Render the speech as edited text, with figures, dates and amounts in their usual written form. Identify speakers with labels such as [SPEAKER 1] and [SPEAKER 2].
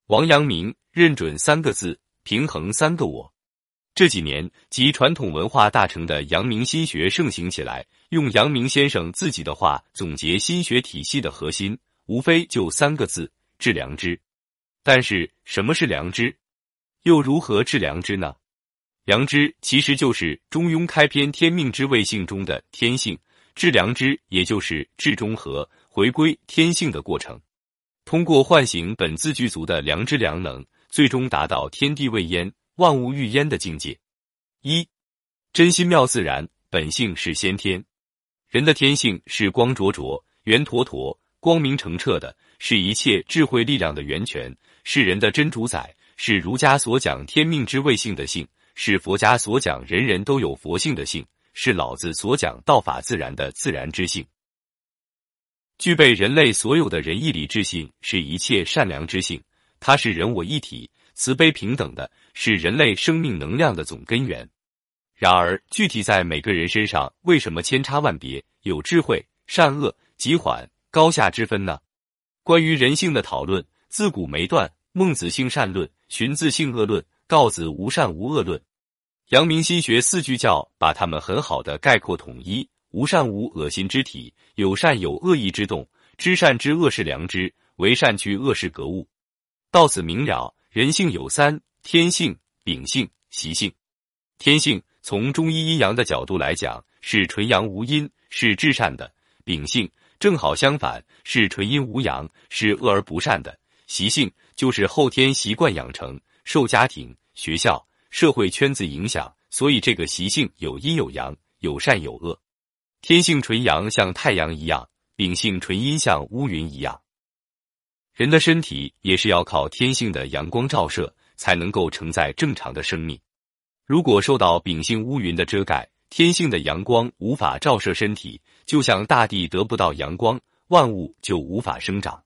[SPEAKER 1] 王阳明认准3个字，平衡3个我。这几年，集传统文化大成的阳明心学盛行起来，用阳明先生自己的话总结心学体系的核心，无非就3个字：致良知。但是，什么是良知？又如何致良知呢？良知其实就是中庸开篇天命之谓性中的天性，致良知也就是至中和，回归天性的过程。通过唤醒本自具足的良知良能，最终达到天地未焉、万物欲焉的境界。1. 真心妙自然，本性是先天。人的天性是光灼灼、圆妥妥、光明澄澈的，是一切智慧力量的源泉，是人的真主宰，是儒家所讲天命之谓性的性，是佛家所讲人人都有佛性的性，是老子所讲道法自然的自然之性。具备人类所有的仁义礼智信，是一切善良之性，它是人我一体、慈悲平等的，是人类生命能量的总根源。然而，具体在每个人身上，为什么千差万别，有智慧、善恶、急缓、高下之分呢？关于人性的讨论，自古没断，孟子性善论，荀子性恶论，告子无善无恶论。阳明心学4句教把它们很好的概括统一，无善无恶心之体，有善有恶意之动，知善知恶是良知，为善去恶是格物。到此明了，人性有3：天性、秉性、习性。天性从中医阴阳的角度来讲，是纯阳无阴，是至善的；秉性正好相反，是纯阴无阳，是恶而不善的。习性就是后天习惯养成，受家庭、学校、社会圈子影响，所以这个习性有阴有阳，有善有恶。天性纯阳像太阳一样，秉性纯阴像乌云一样。人的身体也是要靠天性的阳光照射，才能够承载正常的生命。如果受到秉性乌云的遮盖，天性的阳光无法照射身体，就像大地得不到阳光，万物就无法生长。